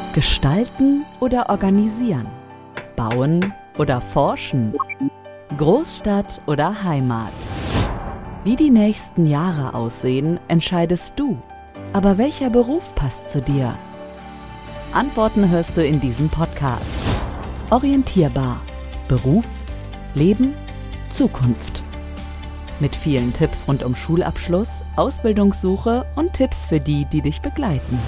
Gestalten oder organisieren? Bauen oder forschen? Großstadt oder Heimat? Wie die nächsten Jahre aussehen, entscheidest du. Aber welcher Beruf passt zu dir? Antworten hörst du in diesem Podcast. Orientierbar. Beruf, Leben, Zukunft. Mit vielen Tipps rund um Schulabschluss, Ausbildungssuche und Tipps für die, die dich begleiten.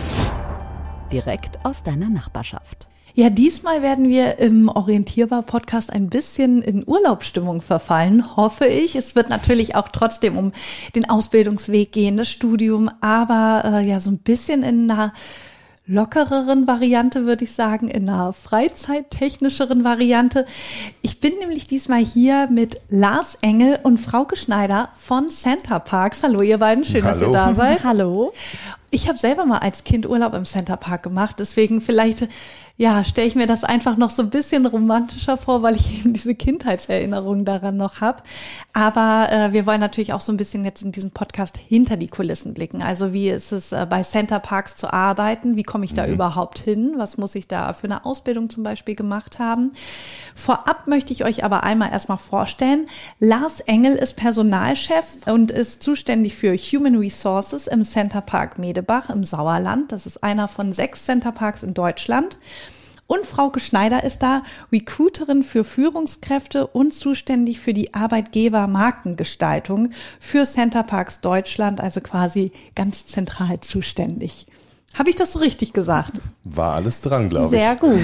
Direkt aus deiner Nachbarschaft. Ja, diesmal werden wir im Orientierbar-Podcast ein bisschen in Urlaubsstimmung verfallen, hoffe ich. Es wird natürlich auch trotzdem um den Ausbildungsweg gehen, das Studium, aber so ein bisschen in einer lockereren Variante, würde ich sagen, in einer freizeittechnischeren Variante. Ich bin nämlich diesmal hier mit Lars Engel und Frauke Schneider von Center Parcs. Hallo ihr beiden, schön, dass ihr da seid. Hallo. Ich habe selber mal als Kind Urlaub im Center Parc gemacht, deswegen vielleicht stelle ich mir das einfach noch so ein bisschen romantischer vor, weil ich eben diese Kindheitserinnerungen daran noch habe. Aber wir wollen natürlich auch so ein bisschen jetzt in diesem Podcast hinter die Kulissen blicken. Also wie ist es bei Center Parcs zu arbeiten? Wie komme ich da überhaupt hin? Was muss ich da für eine Ausbildung zum Beispiel gemacht haben? Vorab möchte ich euch aber einmal erstmal vorstellen. Lars Engel ist Personalchef und ist zuständig für Human Resources im Center Parc Medebach im Sauerland. Das ist einer von 6 Center Parcs in Deutschland. Und Frauke Schneider ist da, Recruiterin für Führungskräfte und zuständig für die Arbeitgebermarkengestaltung für Center Parcs Deutschland, also quasi ganz zentral zuständig. Habe ich das so richtig gesagt? War alles dran, glaube ich. Sehr gut.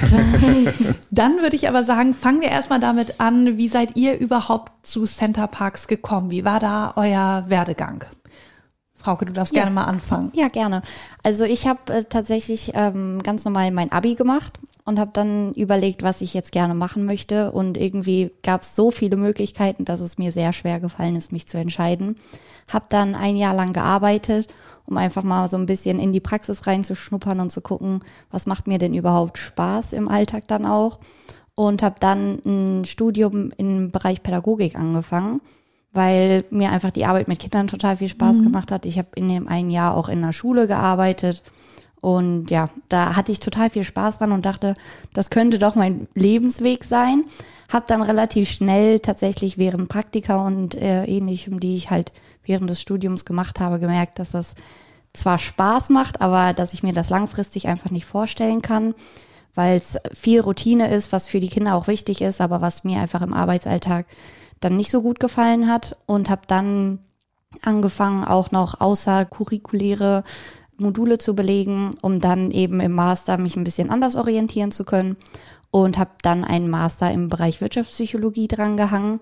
Dann würde ich aber sagen, fangen wir erstmal damit an, wie seid ihr überhaupt zu Center Parcs gekommen? Wie war da euer Werdegang? Frauke, du darfst gerne mal anfangen. Ja, gerne. Also ich habe tatsächlich ganz normal mein Abi gemacht und habe dann überlegt, was ich jetzt gerne machen möchte. Und irgendwie gab es so viele Möglichkeiten, dass es mir sehr schwer gefallen ist, mich zu entscheiden. Habe dann ein Jahr lang gearbeitet, um einfach mal so ein bisschen in die Praxis reinzuschnuppern und zu gucken, was macht mir denn überhaupt Spaß im Alltag dann auch. Und habe dann ein Studium im Bereich Pädagogik angefangen, weil mir einfach die Arbeit mit Kindern total viel Spaß gemacht hat. Ich habe in dem einen Jahr auch in der Schule gearbeitet und ja, da hatte ich total viel Spaß dran und dachte, das könnte doch mein Lebensweg sein. Habe dann relativ schnell tatsächlich während Praktika und Ähnlichem, die ich halt während des Studiums gemacht habe, gemerkt, dass das zwar Spaß macht, aber dass ich mir das langfristig einfach nicht vorstellen kann, weil es viel Routine ist, was für die Kinder auch wichtig ist, aber was mir einfach im Arbeitsalltag dann nicht so gut gefallen hat und habe dann angefangen, auch noch außercurriculäre Module zu belegen, um dann eben im Master mich ein bisschen anders orientieren zu können und habe dann einen Master im Bereich Wirtschaftspsychologie drangehangen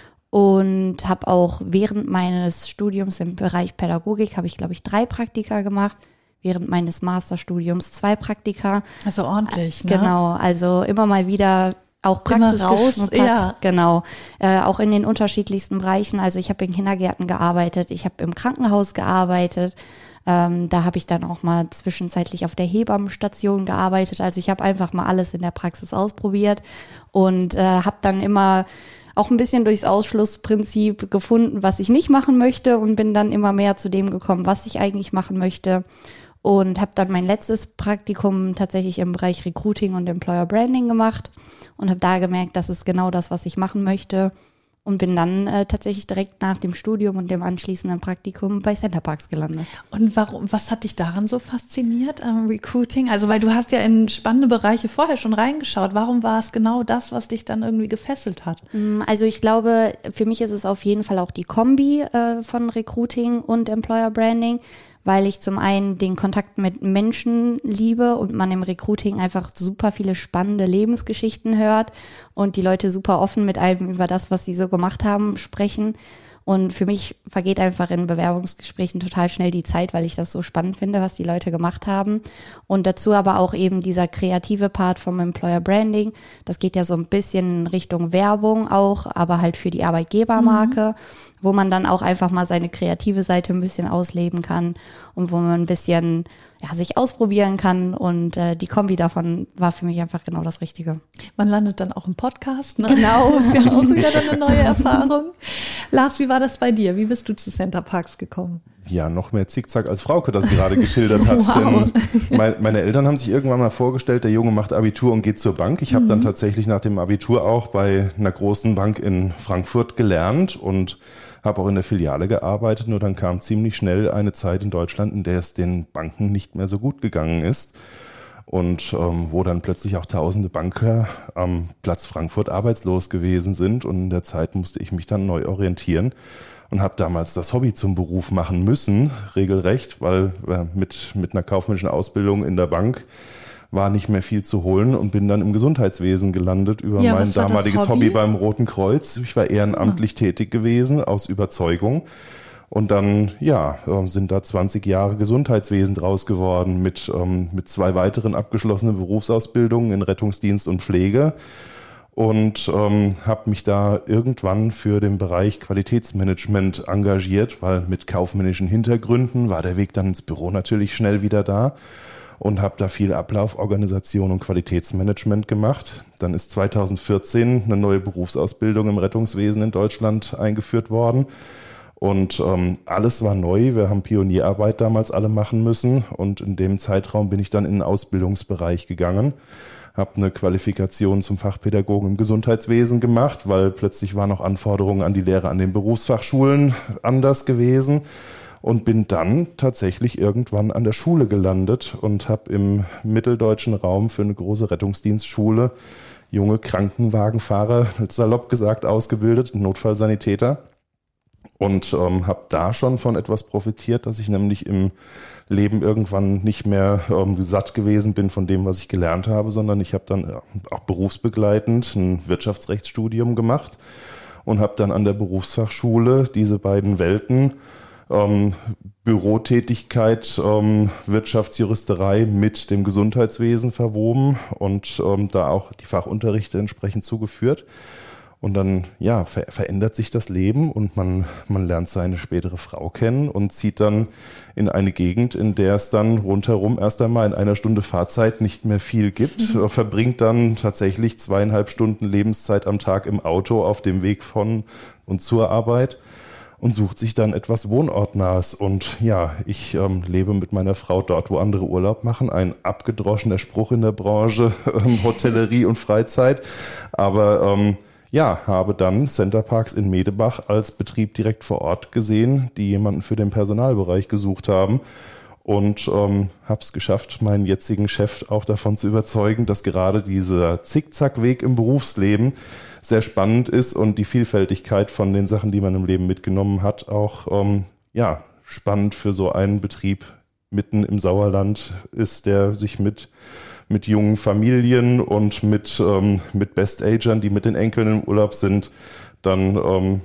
und habe auch während meines Studiums im Bereich Pädagogik, habe ich glaube ich 3 Praktika gemacht, während meines Masterstudiums 2 Praktika. Also ordentlich, ne? Genau, also immer mal wieder auch Praxis raus, geschnuppert, genau, auch in den unterschiedlichsten Bereichen. Also ich habe in Kindergärten gearbeitet, ich habe im Krankenhaus gearbeitet, da habe ich dann auch mal zwischenzeitlich auf der Hebammenstation gearbeitet. Also ich habe einfach mal alles in der Praxis ausprobiert und habe dann immer auch ein bisschen durchs Ausschlussprinzip gefunden, was ich nicht machen möchte und bin dann immer mehr zu dem gekommen, was ich eigentlich machen möchte. Und habe dann mein letztes Praktikum tatsächlich im Bereich Recruiting und Employer Branding gemacht und habe da gemerkt, das ist genau das, was ich machen möchte und bin dann tatsächlich direkt nach dem Studium und dem anschließenden Praktikum bei Center Parcs gelandet. Und was hat dich daran so fasziniert am Recruiting? Also weil du hast ja in spannende Bereiche vorher schon reingeschaut. Warum war es genau das, was dich dann irgendwie gefesselt hat? Also ich glaube, für mich ist es auf jeden Fall auch die Kombi von Recruiting und Employer Branding, weil ich zum einen den Kontakt mit Menschen liebe und man im Recruiting einfach super viele spannende Lebensgeschichten hört und die Leute super offen mit einem über das, was sie so gemacht haben, sprechen. Und für mich vergeht einfach in Bewerbungsgesprächen total schnell die Zeit, weil ich das so spannend finde, was die Leute gemacht haben. Und dazu aber auch eben dieser kreative Part vom Employer Branding. Das geht ja so ein bisschen in Richtung Werbung auch, aber halt für die Arbeitgebermarke, wo man dann auch einfach mal seine kreative Seite ein bisschen ausleben kann und wo man ein bisschen sich ausprobieren kann. Und die Kombi davon war für mich einfach genau das Richtige. Man landet dann auch im Podcast, ne? Genau, ist ja auch wieder dann eine neue Erfahrung. Lars, wie war das bei dir? Wie bist du zu Center Parcs gekommen? Ja, noch mehr Zickzack als Frauke das gerade geschildert hat. Wow. Denn meine Eltern haben sich irgendwann mal vorgestellt, der Junge macht Abitur und geht zur Bank. Ich habe dann tatsächlich nach dem Abitur auch bei einer großen Bank in Frankfurt gelernt und habe auch in der Filiale gearbeitet. Nur dann kam ziemlich schnell eine Zeit in Deutschland, in der es den Banken nicht mehr so gut gegangen ist. Und wo dann plötzlich auch tausende Banker am Platz Frankfurt arbeitslos gewesen sind. Und in der Zeit musste ich mich dann neu orientieren und habe damals das Hobby zum Beruf machen müssen, regelrecht, weil mit einer kaufmännischen Ausbildung in der Bank war nicht mehr viel zu holen und bin dann im Gesundheitswesen gelandet über mein damaliges Hobby beim Roten Kreuz. Ich war ehrenamtlich tätig gewesen aus Überzeugung. Und dann, sind da 20 Jahre Gesundheitswesen draus geworden mit 2 weiteren abgeschlossenen Berufsausbildungen in Rettungsdienst und Pflege. Und habe mich da irgendwann für den Bereich Qualitätsmanagement engagiert, weil mit kaufmännischen Hintergründen war der Weg dann ins Büro natürlich schnell wieder da und habe da viel Ablauf, Organisation und Qualitätsmanagement gemacht. Dann ist 2014 eine neue Berufsausbildung im Rettungswesen in Deutschland eingeführt worden. Und alles war neu. Wir haben Pionierarbeit damals alle machen müssen. Und in dem Zeitraum bin ich dann in den Ausbildungsbereich gegangen, habe eine Qualifikation zum Fachpädagogen im Gesundheitswesen gemacht, weil plötzlich waren auch Anforderungen an die Lehre an den Berufsfachschulen anders gewesen. Und bin dann tatsächlich irgendwann an der Schule gelandet und habe im mitteldeutschen Raum für eine große Rettungsdienstschule junge Krankenwagenfahrer, salopp gesagt, ausgebildet, Notfallsanitäter. Und habe da schon von etwas profitiert, dass ich nämlich im Leben irgendwann nicht mehr satt gewesen bin von dem, was ich gelernt habe, sondern ich habe dann auch berufsbegleitend ein Wirtschaftsrechtsstudium gemacht und habe dann an der Berufsfachschule diese beiden Welten, Bürotätigkeit, Wirtschaftsjuristerei mit dem Gesundheitswesen verwoben und da auch die Fachunterrichte entsprechend zugeführt. Und dann, verändert sich das Leben und man lernt seine spätere Frau kennen und zieht dann in eine Gegend, in der es dann rundherum erst einmal in einer Stunde Fahrzeit nicht mehr viel gibt, verbringt dann tatsächlich 2,5 Stunden Lebenszeit am Tag im Auto auf dem Weg von und zur Arbeit und sucht sich dann etwas Wohnortnahes. Und ich lebe mit meiner Frau dort, wo andere Urlaub machen. Ein abgedroschener Spruch in der Branche, Hotellerie und Freizeit. Aber habe dann Center Parcs in Medebach als Betrieb direkt vor Ort gesehen, die jemanden für den Personalbereich gesucht haben und habe es geschafft, meinen jetzigen Chef auch davon zu überzeugen, dass gerade dieser Zickzackweg im Berufsleben sehr spannend ist und die Vielfältigkeit von den Sachen, die man im Leben mitgenommen hat, auch spannend für so einen Betrieb mitten im Sauerland ist, der sich mit jungen Familien und mit Best-Agern, die mit den Enkeln im Urlaub sind, dann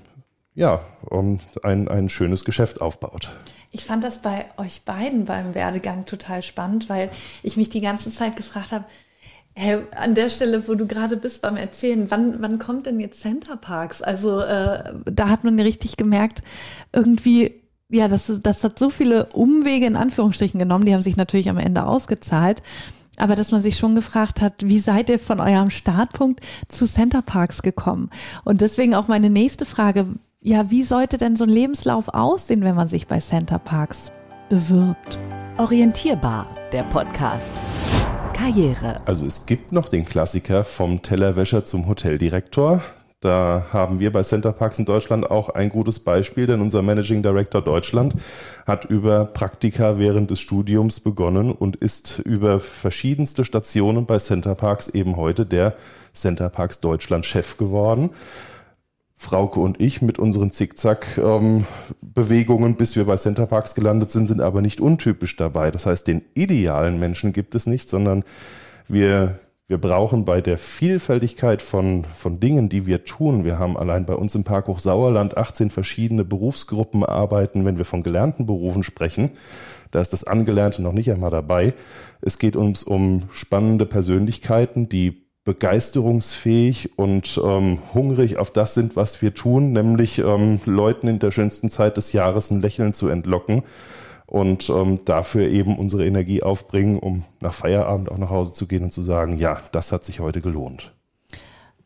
ein schönes Geschäft aufbaut. Ich fand das bei euch beiden beim Werdegang total spannend, weil ich mich die ganze Zeit gefragt habe, an der Stelle, wo du gerade bist beim Erzählen, wann kommt denn jetzt Center Parcs? Also da hat man richtig gemerkt, irgendwie, das hat so viele Umwege in Anführungsstrichen genommen, die haben sich natürlich am Ende ausgezahlt. Aber dass man sich schon gefragt hat, wie seid ihr von eurem Startpunkt zu Center Parcs gekommen? Und deswegen auch meine nächste Frage, wie sollte denn so ein Lebenslauf aussehen, wenn man sich bei Center Parcs bewirbt? Orientierbar, der Podcast. Karriere. Also es gibt noch den Klassiker vom Tellerwäscher zum Hoteldirektor. Da haben wir bei Center Parcs in Deutschland auch ein gutes Beispiel, denn unser Managing Director Deutschland hat über Praktika während des Studiums begonnen und ist über verschiedenste Stationen bei Center Parcs eben heute der Center Parcs Deutschland Chef geworden. Frauke und ich mit unseren Zickzack-Bewegungen, bis wir bei Center Parcs gelandet sind aber nicht untypisch dabei. Das heißt, den idealen Menschen gibt es nicht, sondern wir brauchen bei der Vielfältigkeit von Dingen, die wir tun, wir haben allein bei uns im Parkhoch Sauerland 18 verschiedene Berufsgruppen arbeiten, wenn wir von gelernten Berufen sprechen. Da ist das Angelernte noch nicht einmal dabei. Es geht uns um spannende Persönlichkeiten, die begeisterungsfähig und hungrig auf das sind, was wir tun, nämlich Leuten in der schönsten Zeit des Jahres ein Lächeln zu entlocken. Und dafür eben unsere Energie aufbringen, um nach Feierabend auch nach Hause zu gehen und zu sagen, ja, das hat sich heute gelohnt.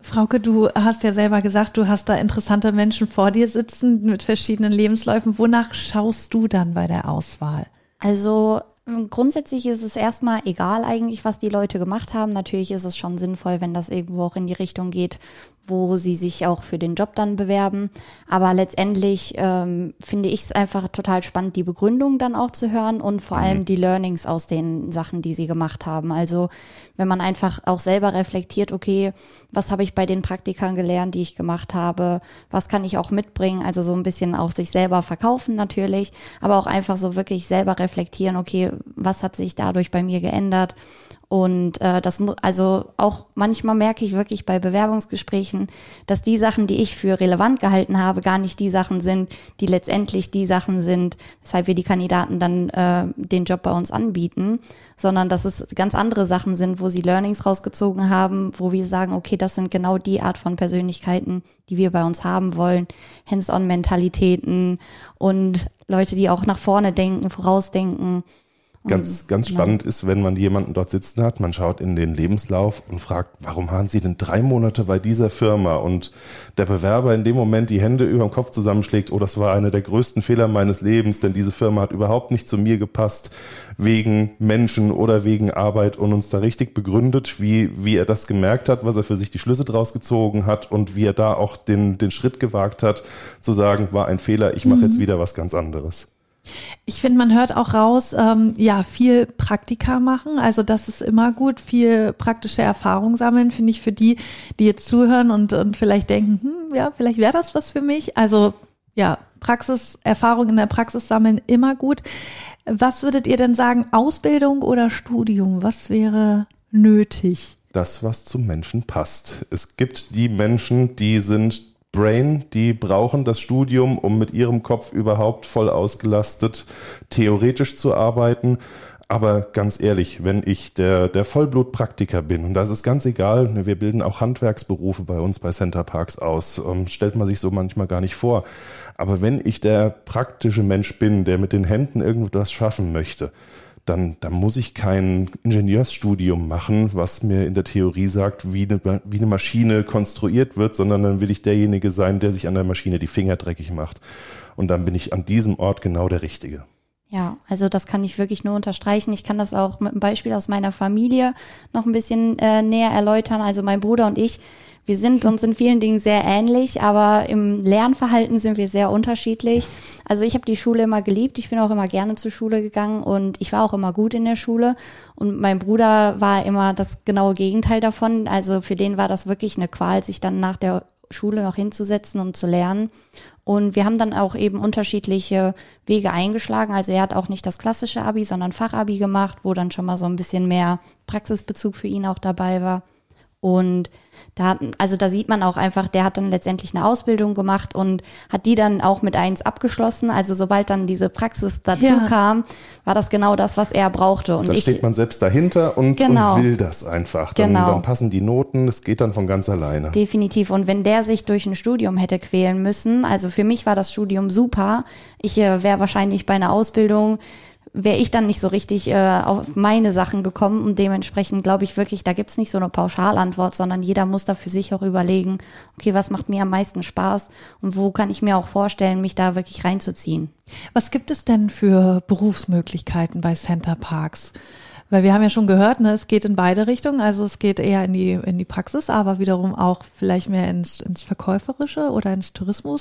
Frauke, du hast ja selber gesagt, du hast da interessante Menschen vor dir sitzen mit verschiedenen Lebensläufen. Wonach schaust du dann bei der Auswahl? Also grundsätzlich ist es erstmal egal eigentlich, was die Leute gemacht haben. Natürlich ist es schon sinnvoll, wenn das irgendwo auch in die Richtung geht, wo sie sich auch für den Job dann bewerben. Aber letztendlich finde ich es einfach total spannend, die Begründung dann auch zu hören und vor allem die Learnings aus den Sachen, die sie gemacht haben. Also wenn man einfach auch selber reflektiert, okay, was habe ich bei den Praktikern gelernt, die ich gemacht habe, was kann ich auch mitbringen, also so ein bisschen auch sich selber verkaufen natürlich, aber auch einfach so wirklich selber reflektieren, okay, was hat sich dadurch bei mir geändert? Und das muss, also auch manchmal merke ich wirklich bei Bewerbungsgesprächen, dass die Sachen, die ich für relevant gehalten habe, gar nicht die Sachen sind, die letztendlich die Sachen sind, weshalb wir die Kandidaten dann den Job bei uns anbieten, sondern dass es ganz andere Sachen sind, wo sie Learnings rausgezogen haben, wo wir sagen, okay, das sind genau die Art von Persönlichkeiten, die wir bei uns haben wollen, Hands-on-Mentalitäten und Leute, die auch nach vorne denken, vorausdenken. Ganz spannend ist, wenn man jemanden dort sitzen hat, man schaut in den Lebenslauf und fragt, warum waren Sie denn 3 Monate bei dieser Firma? Und der Bewerber in dem Moment die Hände über dem Kopf zusammenschlägt, oh, das war einer der größten Fehler meines Lebens, denn diese Firma hat überhaupt nicht zu mir gepasst, wegen Menschen oder wegen Arbeit, und uns da richtig begründet, wie er das gemerkt hat, was er für sich die Schlüsse draus gezogen hat und wie er da auch den Schritt gewagt hat, zu sagen, war ein Fehler, ich mache jetzt wieder was ganz anderes. Ich finde, man hört auch raus, viel Praktika machen, also das ist immer gut, viel praktische Erfahrung sammeln, finde ich, für die jetzt zuhören und vielleicht denken, vielleicht wäre das was für mich. Also ja, Erfahrung in der Praxis sammeln, immer gut. Was würdet ihr denn sagen, Ausbildung oder Studium, was wäre nötig? Das, was zum Menschen passt. Es gibt die Menschen, die sind Brain, die brauchen das Studium, um mit ihrem Kopf überhaupt voll ausgelastet theoretisch zu arbeiten. Aber ganz ehrlich, wenn ich der Vollblut-Praktiker bin, und das ist ganz egal, wir bilden auch Handwerksberufe bei uns bei Center Parcs aus, stellt man sich so manchmal gar nicht vor. Aber wenn ich der praktische Mensch bin, der mit den Händen irgendwas schaffen möchte, dann muss ich kein Ingenieursstudium machen, was mir in der Theorie sagt, wie eine Maschine konstruiert wird, sondern dann will ich derjenige sein, der sich an der Maschine die Finger dreckig macht. Und dann bin ich an diesem Ort genau der Richtige. Ja, also das kann ich wirklich nur unterstreichen. Ich kann das auch mit einem Beispiel aus meiner Familie noch ein bisschen näher erläutern. Also mein Bruder und ich, wir sind uns in vielen Dingen sehr ähnlich, aber im Lernverhalten sind wir sehr unterschiedlich. Also ich habe die Schule immer geliebt, ich bin auch immer gerne zur Schule gegangen und ich war auch immer gut in der Schule. Und mein Bruder war immer das genaue Gegenteil davon. Also für den war das wirklich eine Qual, sich dann nach der Schule noch hinzusetzen und zu lernen. Und wir haben dann auch eben unterschiedliche Wege eingeschlagen. Also er hat auch nicht das klassische Abi, sondern Fachabi gemacht, wo dann schon mal so ein bisschen mehr Praxisbezug für ihn auch dabei war. Und da sieht man auch einfach, der hat dann letztendlich eine Ausbildung gemacht und hat die dann auch mit 1 abgeschlossen. Also sobald dann diese Praxis dazu kam, war das genau das, was er brauchte. Und da steht man selbst dahinter und will das einfach. Dann passen die Noten, es geht dann von ganz alleine. Definitiv. Und wenn der sich durch ein Studium hätte quälen müssen, also für mich war das Studium super. Ich wäre wahrscheinlich bei einer Ausbildung, wäre ich dann nicht so richtig auf meine Sachen gekommen, und dementsprechend glaube ich wirklich, da gibt's nicht so eine Pauschalantwort, sondern jeder muss da für sich auch überlegen, okay, was macht mir am meisten Spaß und wo kann ich mir auch vorstellen, mich da wirklich reinzuziehen. Was gibt es denn für Berufsmöglichkeiten bei Center Parcs? Weil wir haben ja schon gehört, es geht in beide Richtungen, also es geht eher in die Praxis, aber wiederum auch vielleicht mehr ins Verkäuferische oder ins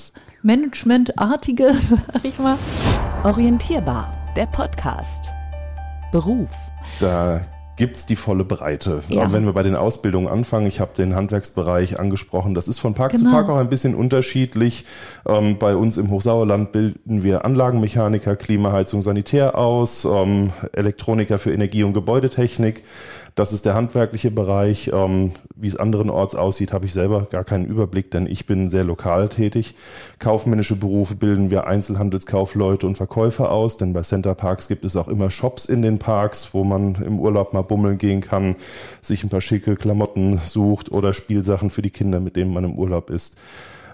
Tourismus-Management-artige, sag ich mal. Orientierbar, der Podcast. Beruf. Da gibt's die volle Breite. Ja. Wenn wir bei den Ausbildungen anfangen, ich habe den Handwerksbereich angesprochen, das ist von Park zu Park auch ein bisschen unterschiedlich. Bei uns im Hochsauerland bilden wir Anlagenmechaniker, Klimaheizung, Sanitär aus, Elektroniker für Energie- und Gebäudetechnik. Das ist der handwerkliche Bereich. Wie es anderenorts aussieht, habe ich selber gar keinen Überblick, denn ich bin sehr lokal tätig. Kaufmännische Berufe bilden wir Einzelhandelskaufleute und Verkäufer aus, denn bei Center Parcs gibt es auch immer Shops in den Parks, wo man im Urlaub mal bummeln gehen kann, sich ein paar schicke Klamotten sucht oder Spielsachen für die Kinder, mit denen man im Urlaub ist.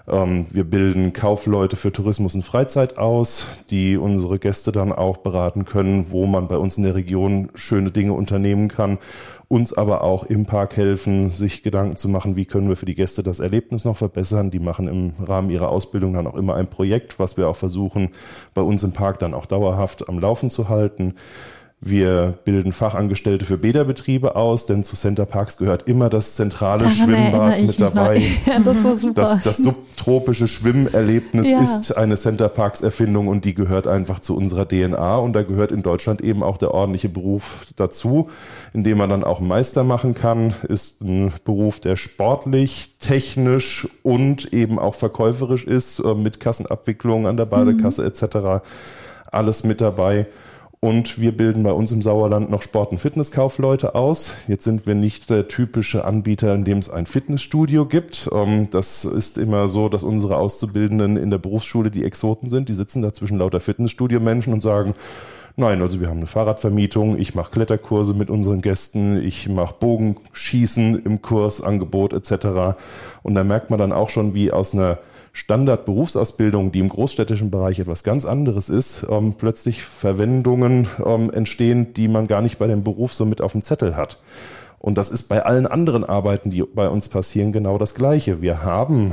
Wir bilden Kaufleute für Tourismus und Freizeit aus, die unsere Gäste dann auch beraten können, wo man bei uns in der Region schöne Dinge unternehmen kann. Uns aber auch im Park helfen, sich Gedanken zu machen, wie können wir für die Gäste das Erlebnis noch verbessern. Die machen im Rahmen ihrer Ausbildung dann auch immer ein Projekt, was wir auch versuchen, bei uns im Park dann auch dauerhaft am Laufen zu halten. Wir bilden Fachangestellte für Bäderbetriebe aus, denn zu Center Parks gehört immer das zentrale Schwimmbad mit dabei. Ja, das war super. Das subtropische Schwimmerlebnis ist eine Center Parks Erfindung und die gehört einfach zu unserer DNA und da gehört in Deutschland eben auch der ordentliche Beruf dazu, in dem man dann auch Meister machen kann. Ist ein Beruf, der sportlich, technisch und eben auch verkäuferisch ist, mit Kassenabwicklung an der Badekasse etc. Alles mit dabei. Und wir bilden bei uns im Sauerland noch Sport- und Fitnesskaufleute aus. Jetzt sind wir nicht der typische Anbieter, in dem es ein Fitnessstudio gibt. Das ist immer so, dass unsere Auszubildenden in der Berufsschule die Exoten sind. Die sitzen da zwischen lauter Fitnessstudio-Menschen und sagen, nein, also wir haben eine Fahrradvermietung, ich mache Kletterkurse mit unseren Gästen, ich mache Bogenschießen im Kursangebot etc. Und da merkt man dann auch schon, wie aus einer Standard-Berufsausbildung, die im großstädtischen Bereich etwas ganz anderes ist, plötzlich Verwendungen entstehen, die man gar nicht bei dem Beruf so mit auf dem Zettel hat. Und das ist bei allen anderen Arbeiten, die bei uns passieren, genau das Gleiche. Wir haben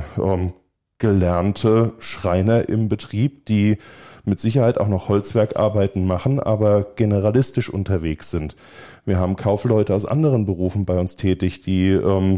gelernte Schreiner im Betrieb, die mit Sicherheit auch noch Holzwerkarbeiten machen, aber generalistisch unterwegs sind. Wir haben Kaufleute aus anderen Berufen bei uns tätig, die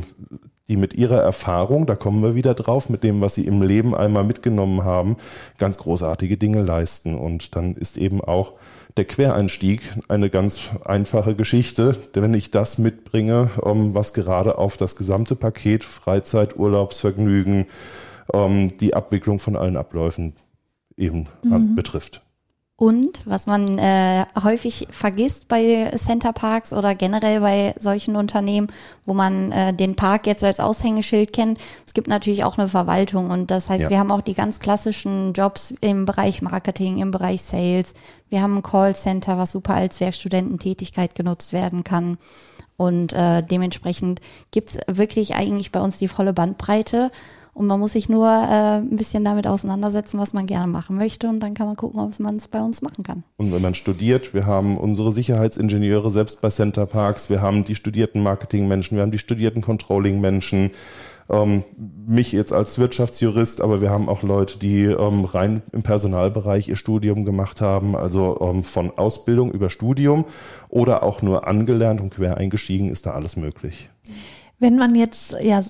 mit ihrer Erfahrung, da kommen wir wieder drauf, mit dem, was sie im Leben einmal mitgenommen haben, ganz großartige Dinge leisten. Und dann ist eben auch der Quereinstieg eine ganz einfache Geschichte, denn wenn ich das mitbringe, was gerade auf das gesamte Paket Freizeit, Urlaubsvergnügen, die Abwicklung von allen Abläufen eben betrifft. Und was man häufig vergisst bei Center Parks oder generell bei solchen Unternehmen, wo man den Park jetzt als Aushängeschild kennt, es gibt natürlich auch eine Verwaltung und das heißt, wir haben auch die ganz klassischen Jobs im Bereich Marketing, im Bereich Sales. Wir haben ein Callcenter, was super als Werkstudententätigkeit genutzt werden kann und dementsprechend gibt's wirklich eigentlich bei uns die volle Bandbreite. Und man muss sich nur ein bisschen damit auseinandersetzen, was man gerne machen möchte. Und dann kann man gucken, ob man es bei uns machen kann. Und wenn man studiert, wir haben unsere Sicherheitsingenieure selbst bei Center Parks, wir haben die studierten Marketingmenschen, wir haben die studierten Controlling-Menschen, mich jetzt als Wirtschaftsjurist, aber wir haben auch Leute, die rein im Personalbereich ihr Studium gemacht haben, also von Ausbildung über Studium oder auch nur angelernt und quer eingestiegen, ist da alles möglich. Wenn man jetzt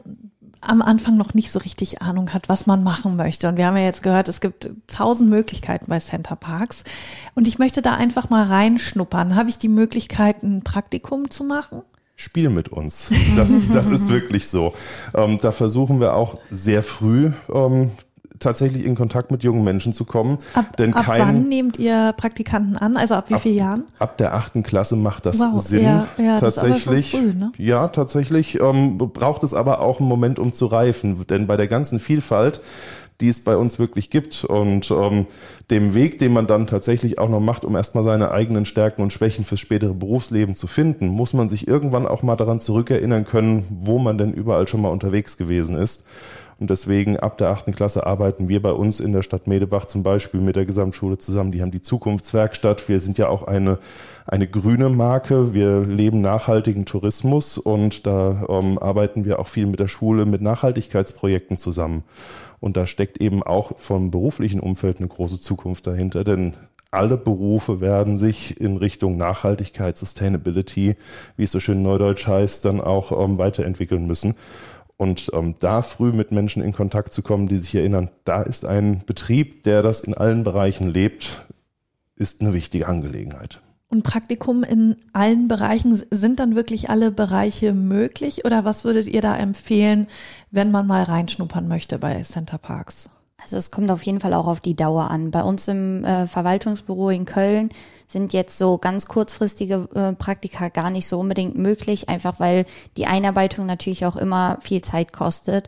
am Anfang noch nicht so richtig Ahnung hat, was man machen möchte. Und wir haben ja jetzt gehört, es gibt 1000 Möglichkeiten bei Center Parks. Und ich möchte da einfach mal reinschnuppern. Habe ich die Möglichkeit, ein Praktikum zu machen? Spiel mit uns. Das ist wirklich so. Da versuchen wir auch sehr früh tatsächlich in Kontakt mit jungen Menschen zu kommen. Ab wann nehmt ihr Praktikanten an? Also ab wie vielen Jahren? Ab der 8. Klasse macht das Sinn. Ja, tatsächlich. Das ist aber schon früh, ne? Ja, tatsächlich braucht es aber auch einen Moment, um zu reifen. Denn bei der ganzen Vielfalt, die es bei uns wirklich gibt und dem Weg, den man dann tatsächlich auch noch macht, um erstmal seine eigenen Stärken und Schwächen fürs spätere Berufsleben zu finden, muss man sich irgendwann auch mal daran zurückerinnern können, wo man denn überall schon mal unterwegs gewesen ist. Und deswegen ab der 8. Klasse arbeiten wir bei uns in der Stadt Medebach zum Beispiel mit der Gesamtschule zusammen. Die haben die Zukunftswerkstatt. Wir sind ja auch eine grüne Marke. Wir leben nachhaltigen Tourismus und da arbeiten wir auch viel mit der Schule, mit Nachhaltigkeitsprojekten zusammen. Und da steckt eben auch vom beruflichen Umfeld eine große Zukunft dahinter, denn alle Berufe werden sich in Richtung Nachhaltigkeit, Sustainability, wie es so schön neudeutsch heißt, dann auch weiterentwickeln müssen. Und da früh mit Menschen in Kontakt zu kommen, die sich erinnern, da ist ein Betrieb, der das in allen Bereichen lebt, ist eine wichtige Angelegenheit. Und Praktikum in allen Bereichen, sind dann wirklich alle Bereiche möglich? Oder was würdet ihr da empfehlen, wenn man mal reinschnuppern möchte bei Center Parks? Also es kommt auf jeden Fall auch auf die Dauer an. Bei uns im Verwaltungsbüro in Köln sind jetzt so ganz kurzfristige Praktika gar nicht so unbedingt möglich, einfach weil die Einarbeitung natürlich auch immer viel Zeit kostet.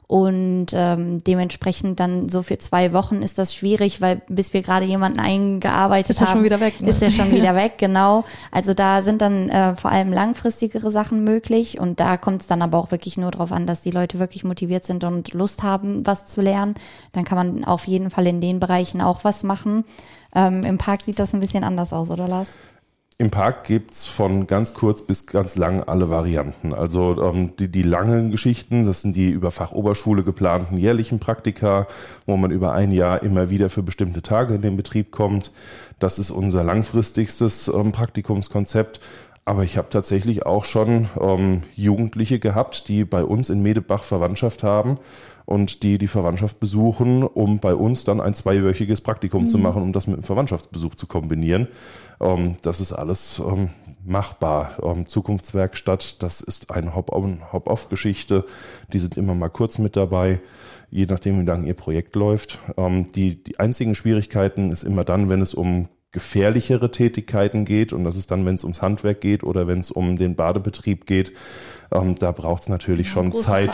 Und dementsprechend dann so für 2 Wochen ist das schwierig, weil bis wir gerade jemanden eingearbeitet haben, schon wieder weg, ne? Ist der schon wieder weg, genau. Also da sind dann vor allem langfristigere Sachen möglich und da kommt es dann aber auch wirklich nur darauf an, dass die Leute wirklich motiviert sind und Lust haben, was zu lernen. Dann kann man auf jeden Fall in den Bereichen auch was machen. Im Park sieht das ein bisschen anders aus, oder Lars? Im Park gibt's von ganz kurz bis ganz lang alle Varianten. Also die langen Geschichten, das sind die über Fachoberschule geplanten jährlichen Praktika, wo man über ein Jahr immer wieder für bestimmte Tage in den Betrieb kommt. Das ist unser langfristigstes Praktikumskonzept. Aber ich habe tatsächlich auch schon Jugendliche gehabt, die bei uns in Medebach Verwandtschaft haben und die Verwandtschaft besuchen, um bei uns dann ein 2-wöchiges Praktikum zu machen, um das mit dem Verwandtschaftsbesuch zu kombinieren. Das ist alles machbar. Zukunftswerkstatt, das ist eine Hop-Off-Geschichte. Die sind immer mal kurz mit dabei, je nachdem, wie lange ihr Projekt läuft. Die einzigen Schwierigkeiten ist immer dann, wenn es um gefährlichere Tätigkeiten geht, und das ist dann, wenn es ums Handwerk geht oder wenn es um den Badebetrieb geht. Da braucht es natürlich schon Zeit,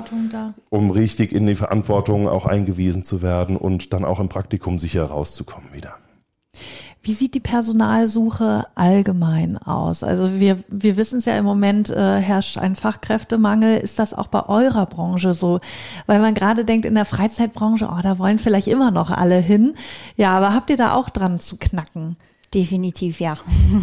um richtig in die Verantwortung auch eingewiesen zu werden und dann auch im Praktikum sicher rauszukommen wieder. Wie sieht die Personalsuche allgemein aus? Also wir wissen es ja, im Moment herrscht ein Fachkräftemangel. Ist das auch bei eurer Branche so? Weil man gerade denkt, in der Freizeitbranche, da wollen vielleicht immer noch alle hin. Ja, aber habt ihr da auch dran zu knacken? Definitiv, ja.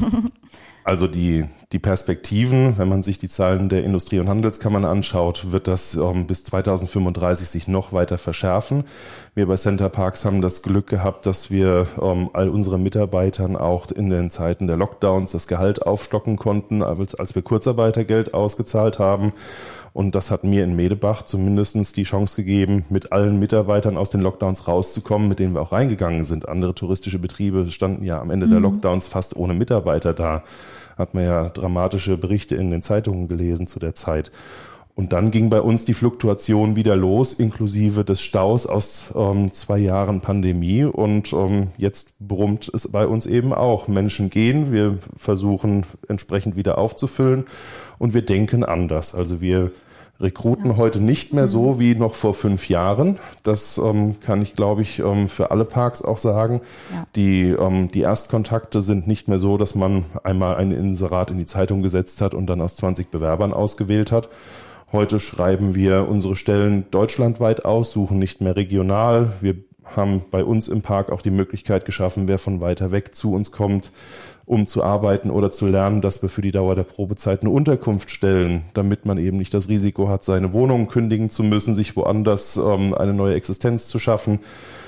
Also die Perspektiven, wenn man sich die Zahlen der Industrie- und Handelskammern anschaut, wird das bis 2035 sich noch weiter verschärfen. Wir bei Center Parcs haben das Glück gehabt, dass wir all unseren Mitarbeitern auch in den Zeiten der Lockdowns das Gehalt aufstocken konnten, als wir Kurzarbeitergeld ausgezahlt haben. Und das hat mir in Medebach zumindest die Chance gegeben, mit allen Mitarbeitern aus den Lockdowns rauszukommen, mit denen wir auch reingegangen sind. Andere touristische Betriebe standen ja am Ende der Lockdowns fast ohne Mitarbeiter da. Hat man ja dramatische Berichte in den Zeitungen gelesen zu der Zeit. Und dann ging bei uns die Fluktuation wieder los, inklusive des Staus aus 2 Jahren Pandemie. Und jetzt brummt es bei uns eben auch. Menschen gehen, wir versuchen entsprechend wieder aufzufüllen und wir denken anders. Also wir rekruten heute nicht mehr so wie noch vor 5 Jahren. Das kann ich, glaube ich, für alle Parks auch sagen. Ja. Die Erstkontakte sind nicht mehr so, dass man einmal ein Inserat in die Zeitung gesetzt hat und dann aus 20 Bewerbern ausgewählt hat. Heute schreiben wir unsere Stellen deutschlandweit aus, suchen nicht mehr regional. Wir haben bei uns im Park auch die Möglichkeit geschaffen, wer von weiter weg zu uns kommt, um zu arbeiten oder zu lernen, dass wir für die Dauer der Probezeit eine Unterkunft stellen, damit man eben nicht das Risiko hat, seine Wohnung kündigen zu müssen, sich woanders eine neue Existenz zu schaffen,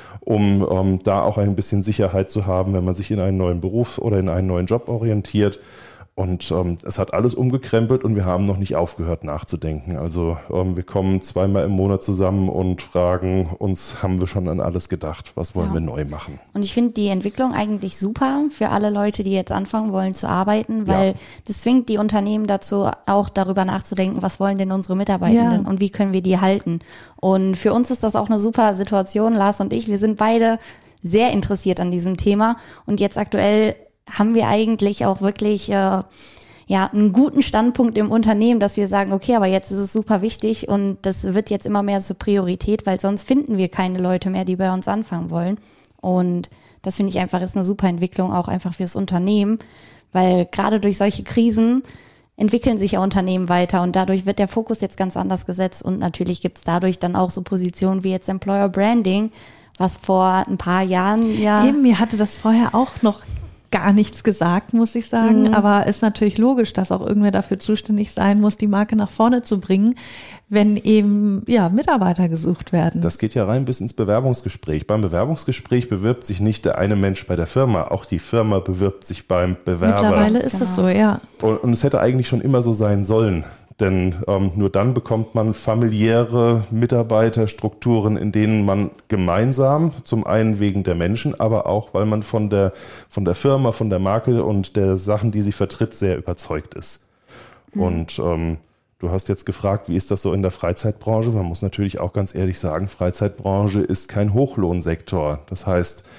um da auch ein bisschen Sicherheit zu haben, wenn man sich in einen neuen Beruf oder in einen neuen Job orientiert. Und es hat alles umgekrempelt und wir haben noch nicht aufgehört nachzudenken. Also wir kommen 2-mal im Monat zusammen und fragen uns, haben wir schon an alles gedacht? Was wollen wir neu machen? Und ich finde die Entwicklung eigentlich super für alle Leute, die jetzt anfangen wollen zu arbeiten, weil das zwingt die Unternehmen dazu, auch darüber nachzudenken, was wollen denn unsere Mitarbeitenden und wie können wir die halten? Und für uns ist das auch eine super Situation, Lars und ich, wir sind beide sehr interessiert an diesem Thema und jetzt aktuell haben wir eigentlich auch wirklich einen guten Standpunkt im Unternehmen, dass wir sagen, okay, aber jetzt ist es super wichtig und das wird jetzt immer mehr zur Priorität, weil sonst finden wir keine Leute mehr, die bei uns anfangen wollen. Und das finde ich einfach ist eine super Entwicklung auch einfach fürs Unternehmen, weil gerade durch solche Krisen entwickeln sich ja Unternehmen weiter und dadurch wird der Fokus jetzt ganz anders gesetzt und natürlich gibt es dadurch dann auch so Positionen wie jetzt Employer Branding, was vor ein paar Jahren Eben, mir hatte das vorher auch noch gar nichts gesagt, muss ich sagen. Aber ist natürlich logisch, dass auch irgendwer dafür zuständig sein muss, die Marke nach vorne zu bringen, wenn eben Mitarbeiter gesucht werden. Das geht ja rein bis ins Bewerbungsgespräch. Beim Bewerbungsgespräch bewirbt sich nicht der eine Mensch bei der Firma, auch die Firma bewirbt sich beim Bewerber. Mittlerweile ist es so, ja. Und es hätte eigentlich schon immer so sein sollen. Denn nur dann bekommt man familiäre Mitarbeiterstrukturen, in denen man gemeinsam, zum einen wegen der Menschen, aber auch, weil man von der Firma, von der Marke und der Sachen, die sie vertritt, sehr überzeugt ist. Und du hast jetzt gefragt, wie ist das so in der Freizeitbranche? Man muss natürlich auch ganz ehrlich sagen, Freizeitbranche ist kein Hochlohnsektor. Das heißt,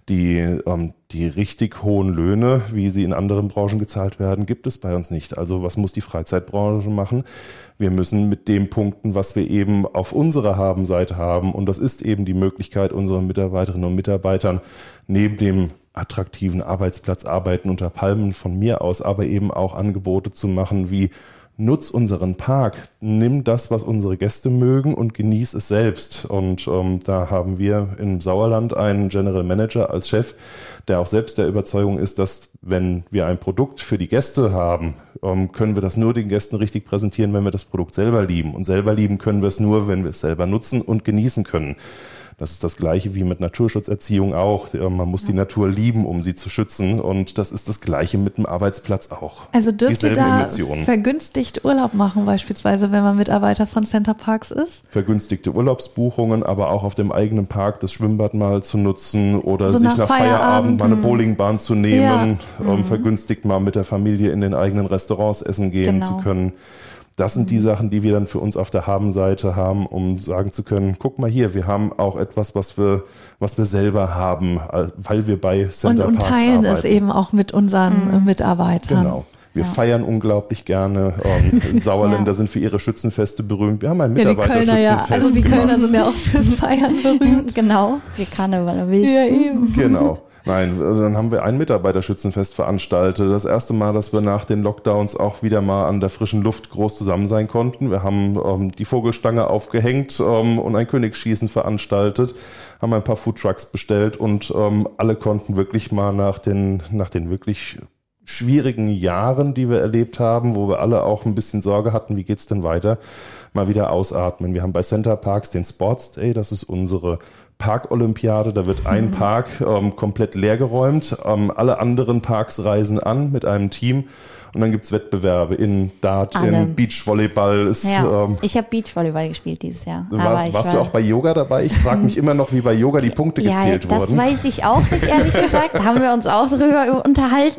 Die richtig hohen Löhne, wie sie in anderen Branchen gezahlt werden, gibt es bei uns nicht. Also was muss die Freizeitbranche machen? Wir müssen mit dem punkten, was wir eben auf unserer Habenseite haben. Und das ist eben die Möglichkeit, unseren Mitarbeiterinnen und Mitarbeitern neben dem attraktiven Arbeitsplatz Arbeiten unter Palmen von mir aus, aber eben auch Angebote zu machen wie: Nutz unseren Park, nimm das, was unsere Gäste mögen und genieß es selbst. Und da haben wir im Sauerland einen General Manager als Chef, der auch selbst der Überzeugung ist, dass wenn wir ein Produkt für die Gäste haben, können wir das nur den Gästen richtig präsentieren, wenn wir das Produkt selber lieben. Und selber lieben können wir es nur, wenn wir es selber nutzen und genießen können. Das ist das Gleiche wie mit Naturschutzerziehung auch. Man muss die Natur lieben, um sie zu schützen. Und das ist das Gleiche mit dem Arbeitsplatz auch. Also dürft ihr da vergünstigt Urlaub machen, beispielsweise, wenn man Mitarbeiter von Center Parcs ist? Vergünstigte Urlaubsbuchungen, aber auch auf dem eigenen Park das Schwimmbad mal zu nutzen oder so sich nach Feierabend mal eine Bowlingbahn zu nehmen, vergünstigt mal mit der Familie in den eigenen Restaurants essen gehen zu können. Das sind die Sachen, die wir dann für uns auf der Habenseite haben, um sagen zu können: Guck mal hier, wir haben auch etwas, was wir selber haben, weil wir bei Center Parcs arbeiten. Und teilen es eben auch mit unseren Mitarbeitern. Genau. Wir feiern unglaublich gerne. Sauerländer sind für ihre Schützenfeste berühmt. Wir haben ein Mitarbeiterschützenfest. Also die Kölner sind ja auch fürs Feiern berühmt. Genau, wie Karneval willst. Ja, eben. Genau. Nein, dann haben wir ein Mitarbeiterschützenfest veranstaltet. Das erste Mal, dass wir nach den Lockdowns auch wieder mal an der frischen Luft groß zusammen sein konnten. Wir haben die Vogelstange aufgehängt und ein Königsschießen veranstaltet, haben ein paar Foodtrucks bestellt und alle konnten wirklich mal nach den wirklich schwierigen Jahren, die wir erlebt haben, wo wir alle auch ein bisschen Sorge hatten, wie geht's denn weiter, mal wieder ausatmen. Wir haben bei Center Parcs den Sports Day, das ist unsere Parkolympiade, da wird ein Park komplett leergeräumt, alle anderen Parks reisen an mit einem Team und dann gibt's Wettbewerbe in Dart, in Beachvolleyball. Ich habe Beachvolleyball gespielt dieses Jahr. Warst du auch bei Yoga dabei? Ich frage mich immer noch, wie bei Yoga die Punkte gezählt wurden. Das weiß ich auch nicht, ehrlich gesagt. Haben wir uns auch darüber unterhalten.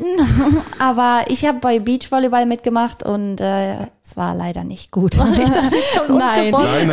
Aber ich habe bei Beachvolleyball mitgemacht und es war leider nicht gut. Nein,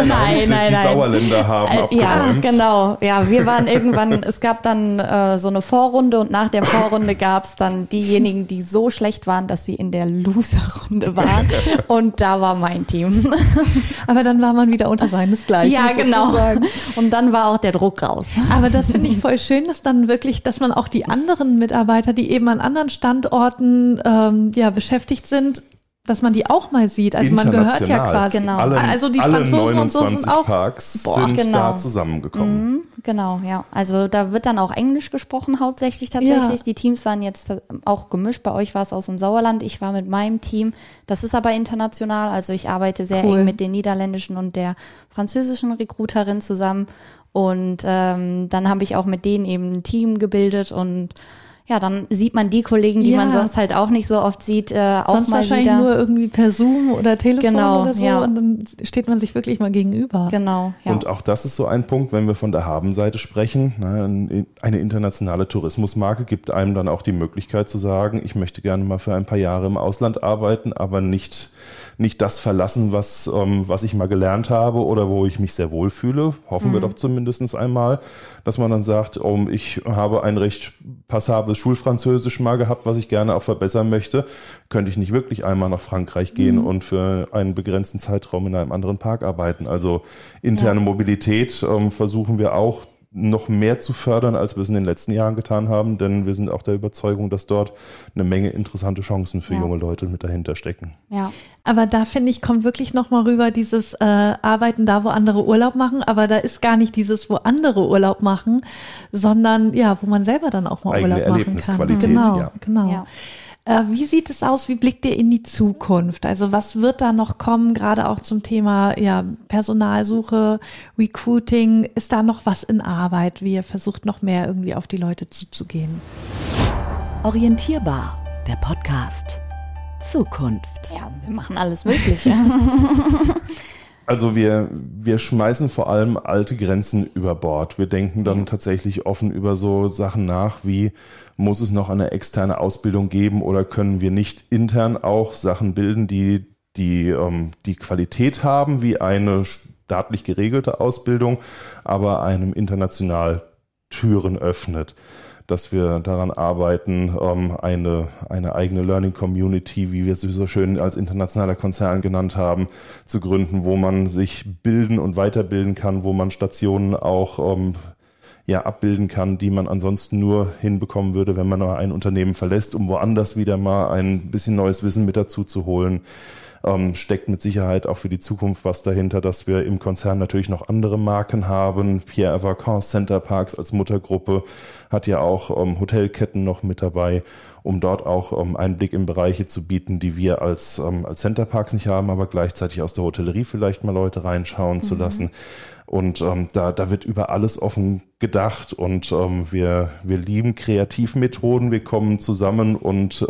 die Sauerländer haben abgeräumt. Ja, genau. Ja, wir waren irgendwann, es gab dann so eine Vorrunde und nach der Vorrunde gab es dann diejenigen, die so schlecht waren, dass sie in der Loser-Runde waren. Und da war mein Team. Aber dann war man wieder unter seinesgleichen. Ja, genau. Sozusagen. Und dann war auch der Druck raus. Aber das finde ich voll schön, dass dann wirklich, dass man auch die anderen Mitarbeiter, die eben an anderen Standorten beschäftigt sind, dass man die auch mal sieht. Also man gehört ja quasi. Genau. Also die Franzosen und so sind auch. Parks sind da zusammengekommen. Genau, ja. Also da wird dann auch Englisch gesprochen hauptsächlich tatsächlich. Ja. Die Teams waren jetzt auch gemischt. Bei euch war es aus dem Sauerland. Ich war mit meinem Team. Das ist aber international. Also ich arbeite sehr eng mit den niederländischen und der französischen Recruiterin zusammen. Und dann habe ich auch mit denen eben ein Team gebildet und ja, dann sieht man die Kollegen, die man sonst halt auch nicht so oft sieht, auch sonst mal wahrscheinlich wieder. Nur irgendwie per Zoom oder Telefon oder so, ja. Und dann steht man sich wirklich mal gegenüber. Genau, ja. Und auch das ist so ein Punkt, wenn wir von der Habenseite sprechen. Eine internationale Tourismusmarke gibt einem dann auch die Möglichkeit zu sagen, ich möchte gerne mal für ein paar Jahre im Ausland arbeiten, aber nicht das verlassen, was ich mal gelernt habe oder wo ich mich sehr wohl fühle. Hoffen wir doch zumindest einmal, dass man dann sagt, ich habe ein recht passables Schulfranzösisch mal gehabt, was ich gerne auch verbessern möchte. Könnte ich nicht wirklich einmal nach Frankreich gehen und für einen begrenzten Zeitraum in einem anderen Park arbeiten? Also interne Mobilität versuchen wir auch noch mehr zu fördern, als wir es in den letzten Jahren getan haben, denn wir sind auch der Überzeugung, dass dort eine Menge interessante Chancen für junge Leute mit dahinter stecken. Ja, aber da finde ich, kommt wirklich nochmal rüber dieses Arbeiten da, wo andere Urlaub machen, aber da ist gar nicht dieses, wo andere Urlaub machen, sondern wo man selber dann auch mal eigene Urlaub machen kann. Genau. Ja. Wie sieht es aus? Wie blickt ihr in die Zukunft? Also was wird da noch kommen, gerade auch zum Thema Personalsuche, Recruiting? Ist da noch was in Arbeit, wie ihr versucht, noch mehr irgendwie auf die Leute zuzugehen? Orientierbar, der Podcast. Zukunft. Ja, wir machen alles Mögliche. Also wir schmeißen vor allem alte Grenzen über Bord. Wir denken dann tatsächlich offen über so Sachen nach, wie muss es noch eine externe Ausbildung geben oder können wir nicht intern auch Sachen bilden, die Qualität haben wie eine staatlich geregelte Ausbildung, aber einem international Türen öffnet. dass wir daran arbeiten, eine eigene Learning Community, wie wir sie so schön als internationaler Konzern genannt haben, zu gründen, wo man sich bilden und weiterbilden kann, wo man Stationen auch abbilden kann, die man ansonsten nur hinbekommen würde, wenn man mal ein Unternehmen verlässt, um woanders wieder mal ein bisschen neues Wissen mit dazu zu holen. Steckt mit Sicherheit auch für die Zukunft was dahinter, dass wir im Konzern natürlich noch andere Marken haben. Pierre Vacances Center Parcs als Muttergruppe hat ja auch Hotelketten noch mit dabei, um dort auch Einblick in Bereiche zu bieten, die wir als Center Parcs nicht haben, aber gleichzeitig aus der Hotellerie vielleicht mal Leute reinschauen zu lassen. Und da wird über alles offen gedacht und wir lieben Kreativmethoden, wir kommen zusammen und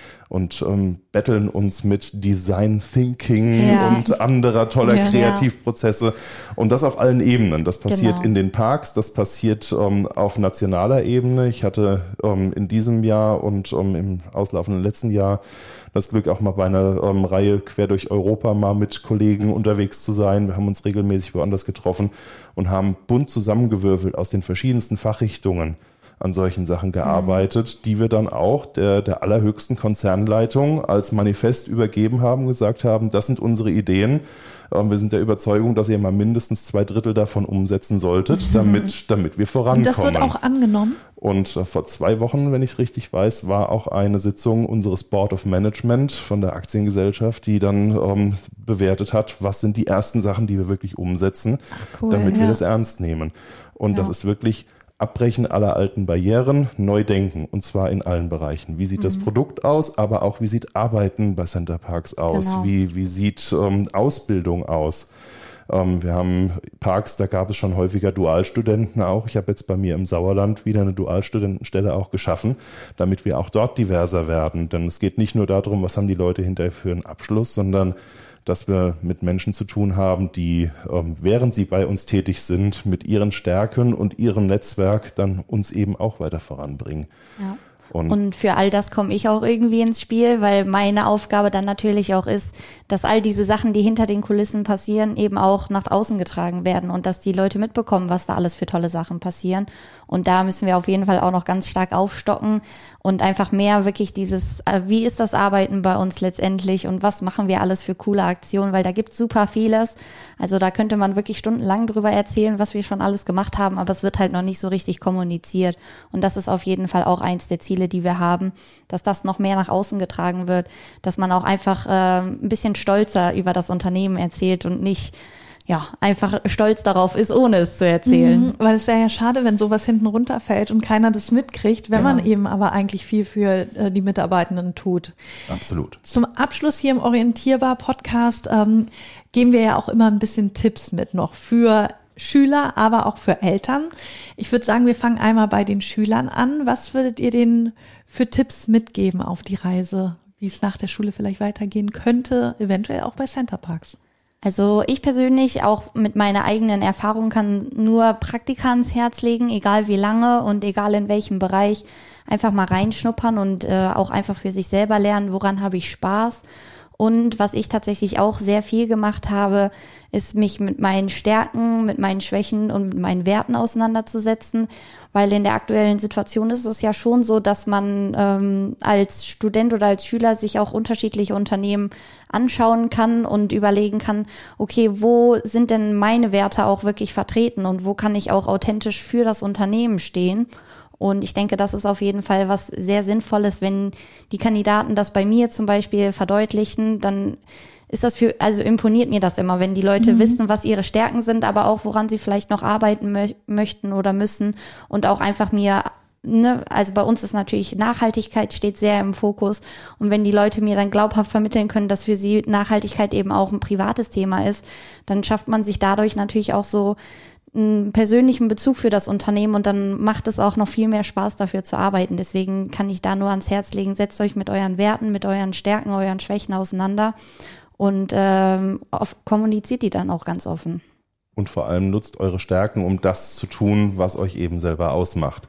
betteln uns mit Design Thinking und anderer toller Kreativprozesse und das auf allen Ebenen. Das passiert in den Parks, das passiert auf nationaler Ebene. Ich hatte in diesem Jahr und im auslaufenden letzten Jahr das Glück, auch mal bei einer Reihe quer durch Europa mal mit Kollegen unterwegs zu sein. Wir haben uns regelmäßig woanders getroffen und haben bunt zusammengewürfelt aus den verschiedensten Fachrichtungen an solchen Sachen gearbeitet, die wir dann auch der allerhöchsten Konzernleitung als Manifest übergeben haben und gesagt haben, das sind unsere Ideen. Wir sind der Überzeugung, dass ihr mal mindestens 2/3 davon umsetzen solltet, damit wir vorankommen. Und das wird auch angenommen? Und vor 2 Wochen, wenn ich es richtig weiß, war auch eine Sitzung unseres Board of Management von der Aktiengesellschaft, die dann bewertet hat, was sind die ersten Sachen, die wir wirklich umsetzen, damit wir das ernst nehmen. Und das ist wirklich Abbrechen aller alten Barrieren, neu denken, und zwar in allen Bereichen. Wie sieht das Produkt aus, aber auch wie sieht Arbeiten bei Center Parcs aus? Genau. Wie sieht Ausbildung aus? Wir haben Parks, da gab es schon häufiger Dualstudenten auch. Ich habe jetzt bei mir im Sauerland wieder eine Dualstudentenstelle auch geschaffen, damit wir auch dort diverser werden. Denn es geht nicht nur darum, was haben die Leute hinterher für einen Abschluss, sondern dass wir mit Menschen zu tun haben, die, während sie bei uns tätig sind, mit ihren Stärken und ihrem Netzwerk dann uns eben auch weiter voranbringen. Ja. Und für all das komme ich auch irgendwie ins Spiel, weil meine Aufgabe dann natürlich auch ist, dass all diese Sachen, die hinter den Kulissen passieren, eben auch nach außen getragen werden und dass die Leute mitbekommen, was da alles für tolle Sachen passieren. Und da müssen wir auf jeden Fall auch noch ganz stark aufstocken und einfach mehr wirklich dieses, wie ist das Arbeiten bei uns letztendlich und was machen wir alles für coole Aktionen, weil da gibt's super vieles. Also da könnte man wirklich stundenlang drüber erzählen, was wir schon alles gemacht haben, aber es wird halt noch nicht so richtig kommuniziert. Und das ist auf jeden Fall auch eins der Ziele, die wir haben, dass das noch mehr nach außen getragen wird, dass man auch einfach ein bisschen stolzer über das Unternehmen erzählt und nicht einfach stolz darauf ist, ohne es zu erzählen. Weil es wäre ja schade, wenn sowas hinten runterfällt und keiner das mitkriegt, wenn man eben aber eigentlich viel für die Mitarbeitenden tut. Absolut. Zum Abschluss hier im Orientierbar-Podcast geben wir ja auch immer ein bisschen Tipps mit noch für Schüler, aber auch für Eltern. Ich würde sagen, wir fangen einmal bei den Schülern an. Was würdet ihr denen für Tipps mitgeben auf die Reise, wie es nach der Schule vielleicht weitergehen könnte, eventuell auch bei Center Parcs? Also ich persönlich auch mit meiner eigenen Erfahrung kann nur Praktika ans Herz legen, egal wie lange und egal in welchem Bereich, einfach mal reinschnuppern und auch einfach für sich selber lernen, woran habe ich Spaß. Und was ich tatsächlich auch sehr viel gemacht habe, ist mich mit meinen Stärken, mit meinen Schwächen und mit meinen Werten auseinanderzusetzen, weil in der aktuellen Situation ist es ja schon so, dass man als Student oder als Schüler sich auch unterschiedliche Unternehmen anschauen kann und überlegen kann, okay, wo sind denn meine Werte auch wirklich vertreten und wo kann ich auch authentisch für das Unternehmen stehen? Und ich denke, das ist auf jeden Fall was sehr Sinnvolles, wenn die Kandidaten das bei mir zum Beispiel verdeutlichen, dann ist das also imponiert mir das immer, wenn die Leute wissen, was ihre Stärken sind, aber auch woran sie vielleicht noch arbeiten möchten oder müssen und auch einfach also bei uns ist natürlich Nachhaltigkeit steht sehr im Fokus und wenn die Leute mir dann glaubhaft vermitteln können, dass für sie Nachhaltigkeit eben auch ein privates Thema ist, dann schafft man sich dadurch natürlich auch so einen persönlichen Bezug für das Unternehmen und dann macht es auch noch viel mehr Spaß, dafür zu arbeiten. Deswegen kann ich da nur ans Herz legen, setzt euch mit euren Werten, mit euren Stärken, euren Schwächen auseinander und kommuniziert die dann auch ganz offen. und vor allem nutzt eure Stärken, um das zu tun, was euch eben selber ausmacht.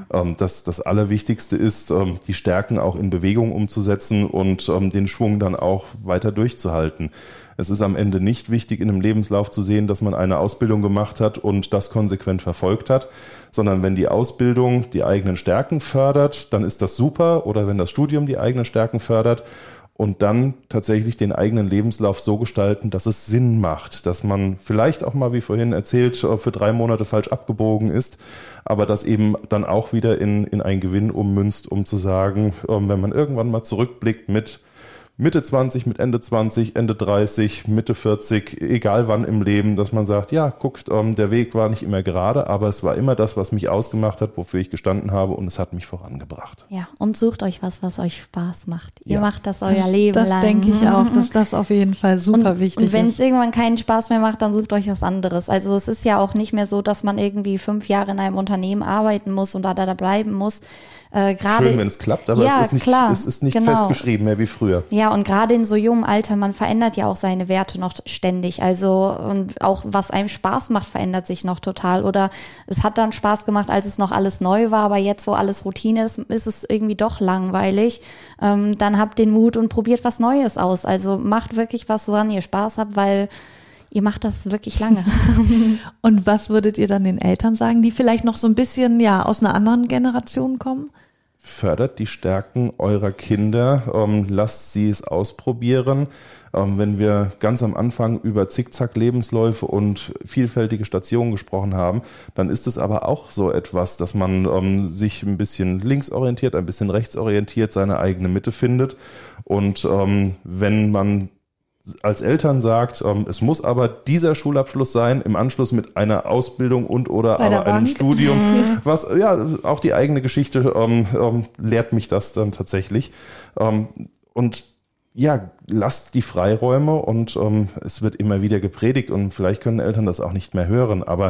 Das Allerwichtigste ist, die Stärken auch in Bewegung umzusetzen und den Schwung dann auch weiter durchzuhalten. Es ist am Ende nicht wichtig, in einem Lebenslauf zu sehen, dass man eine Ausbildung gemacht hat und das konsequent verfolgt hat, sondern wenn die Ausbildung die eigenen Stärken fördert, dann ist das super, oder wenn das Studium die eigenen Stärken fördert, und dann tatsächlich den eigenen Lebenslauf so gestalten, dass es Sinn macht, dass man vielleicht auch mal, wie vorhin erzählt, für 3 Monate falsch abgebogen ist, aber das eben dann auch wieder in einen Gewinn ummünzt, um zu sagen, wenn man irgendwann mal zurückblickt mit Mitte 20, mit Ende 20, Ende 30, Mitte 40, egal wann im Leben, dass man sagt, ja, guckt, der Weg war nicht immer gerade, aber es war immer das, was mich ausgemacht hat, wofür ich gestanden habe, und es hat mich vorangebracht. Ja, und sucht euch was euch Spaß macht. Ihr macht das euer Leben lang. Das denke ich auch, dass das auf jeden Fall super wichtig ist. Und wenn es irgendwann keinen Spaß mehr macht, dann sucht euch was anderes. Also es ist ja auch nicht mehr so, dass man irgendwie 5 Jahre in einem Unternehmen arbeiten muss und da bleiben muss. Schön, wenn es klappt, aber ja, es ist nicht festgeschrieben mehr wie früher. Ja, und gerade in so jungem Alter, man verändert ja auch seine Werte noch ständig. Also, und auch was einem Spaß macht, verändert sich noch total. Oder es hat dann Spaß gemacht, als es noch alles neu war, aber jetzt, wo alles Routine ist, ist es irgendwie doch langweilig. Dann habt den Mut und probiert was Neues aus. Also macht wirklich was, woran ihr Spaß habt, weil ihr macht das wirklich lange. Und was würdet ihr dann den Eltern sagen, die vielleicht noch so ein bisschen aus einer anderen Generation kommen? Fördert die Stärken eurer Kinder, lasst sie es ausprobieren. Wenn wir ganz am Anfang über Zickzack-Lebensläufe und vielfältige Stationen gesprochen haben, dann ist es aber auch so etwas, dass man sich ein bisschen linksorientiert, ein bisschen rechtsorientiert, seine eigene Mitte findet. Und wenn man als Eltern sagt, es muss aber dieser Schulabschluss sein, im Anschluss mit einer Ausbildung und oder aber einem Studium, was auch die eigene Geschichte lehrt mich das dann tatsächlich. Und lasst die Freiräume, und es wird immer wieder gepredigt, und vielleicht können Eltern das auch nicht mehr hören, aber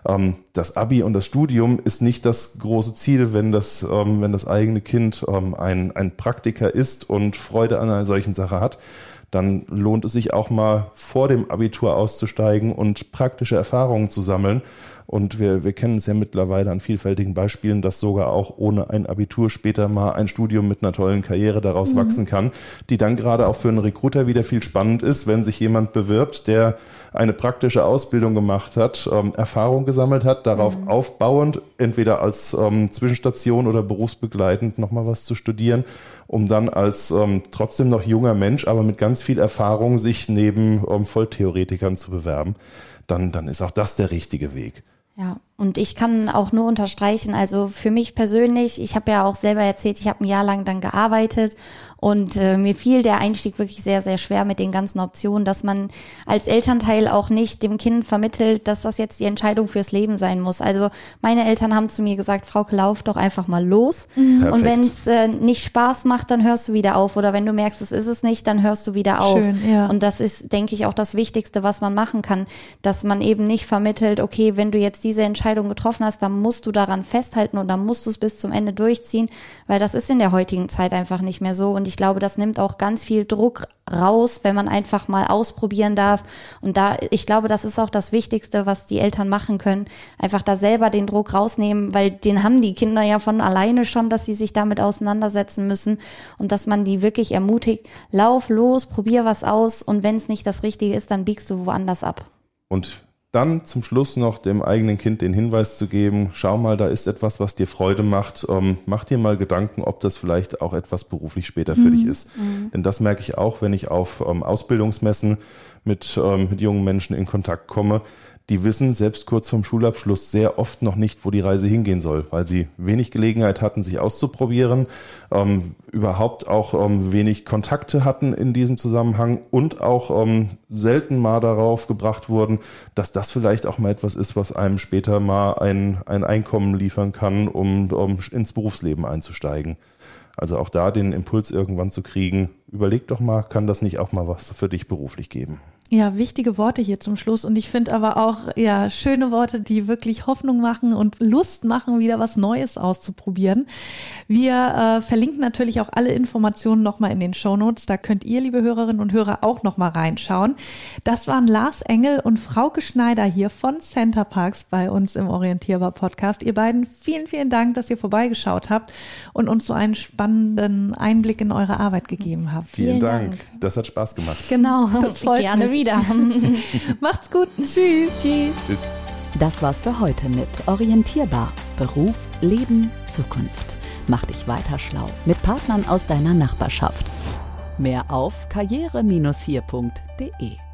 das Abi und das Studium ist nicht das große Ziel, wenn das eigene Kind ein Praktiker ist und Freude an einer solchen Sache hat. Dann lohnt es sich auch mal vor dem Abitur auszusteigen und praktische Erfahrungen zu sammeln. Und wir kennen es ja mittlerweile an vielfältigen Beispielen, dass sogar auch ohne ein Abitur später mal ein Studium mit einer tollen Karriere daraus wachsen kann, die dann gerade auch für einen Recruiter wieder viel spannend ist, wenn sich jemand bewirbt, der eine praktische Ausbildung gemacht hat, Erfahrung gesammelt hat, darauf aufbauend, entweder als Zwischenstation oder berufsbegleitend nochmal was zu studieren, um dann als trotzdem noch junger Mensch, aber mit ganz viel Erfahrung sich neben Volltheoretikern zu bewerben. Dann ist auch das der richtige Weg. Ja, und ich kann auch nur unterstreichen, also für mich persönlich, ich habe ja auch selber erzählt, ich habe ein Jahr lang dann gearbeitet, und mir fiel der Einstieg wirklich sehr, sehr schwer mit den ganzen Optionen, dass man als Elternteil auch nicht dem Kind vermittelt, dass das jetzt die Entscheidung fürs Leben sein muss. Also meine Eltern haben zu mir gesagt, Frauke, lauf doch einfach mal los. Perfekt. Und wenn es nicht Spaß macht, dann hörst du wieder auf. Oder wenn du merkst, es ist es nicht, dann hörst du wieder auf. Schön, ja. Und das ist, denke ich, auch das Wichtigste, was man machen kann, dass man eben nicht vermittelt, okay, wenn du jetzt diese Entscheidung getroffen hast, dann musst du daran festhalten und dann musst du es bis zum Ende durchziehen, weil das ist in der heutigen Zeit einfach nicht mehr so. Und ich glaube, das nimmt auch ganz viel Druck raus, wenn man einfach mal ausprobieren darf. Und ich glaube, das ist auch das Wichtigste, was die Eltern machen können. Einfach da selber den Druck rausnehmen, weil den haben die Kinder ja von alleine schon, dass sie sich damit auseinandersetzen müssen, und dass man die wirklich ermutigt, lauf los, probier was aus, und wenn es nicht das Richtige ist, dann biegst du woanders ab. Und dann zum Schluss noch dem eigenen Kind den Hinweis zu geben, schau mal, da ist etwas, was dir Freude macht. Mach dir mal Gedanken, ob das vielleicht auch etwas beruflich später für dich ist. Denn das merke ich auch, wenn ich auf Ausbildungsmessen mit jungen Menschen in Kontakt komme. Die wissen selbst kurz vorm Schulabschluss sehr oft noch nicht, wo die Reise hingehen soll, weil sie wenig Gelegenheit hatten, sich auszuprobieren, überhaupt auch wenig Kontakte hatten in diesem Zusammenhang und auch selten mal darauf gebracht wurden, dass das vielleicht auch mal etwas ist, was einem später mal ein Einkommen liefern kann, um ins Berufsleben einzusteigen. Also auch da den Impuls irgendwann zu kriegen, überleg doch mal, kann das nicht auch mal was für dich beruflich geben? Ja, wichtige Worte hier zum Schluss und ich finde aber auch, ja, schöne Worte, die wirklich Hoffnung machen und Lust machen, wieder was Neues auszuprobieren. Wir verlinken natürlich auch alle Informationen nochmal in den Shownotes, da könnt ihr, liebe Hörerinnen und Hörer, auch nochmal reinschauen. Das waren Lars Engel und Frauke Schneider hier von Center Parcs bei uns im Orientierbar-Podcast. Ihr beiden, vielen, vielen Dank, dass ihr vorbeigeschaut habt und uns so einen spannenden Einblick in eure Arbeit gegeben habt. Vielen Dank. Das hat Spaß gemacht. Genau, das freut gerne mich. wieder. Macht's gut. Tschüss. Tschüss. Tschüss. Das war's für heute mit Orientierbar. Beruf, Leben, Zukunft. Mach dich weiter schlau mit Partnern aus deiner Nachbarschaft. Mehr auf karriere-hier.de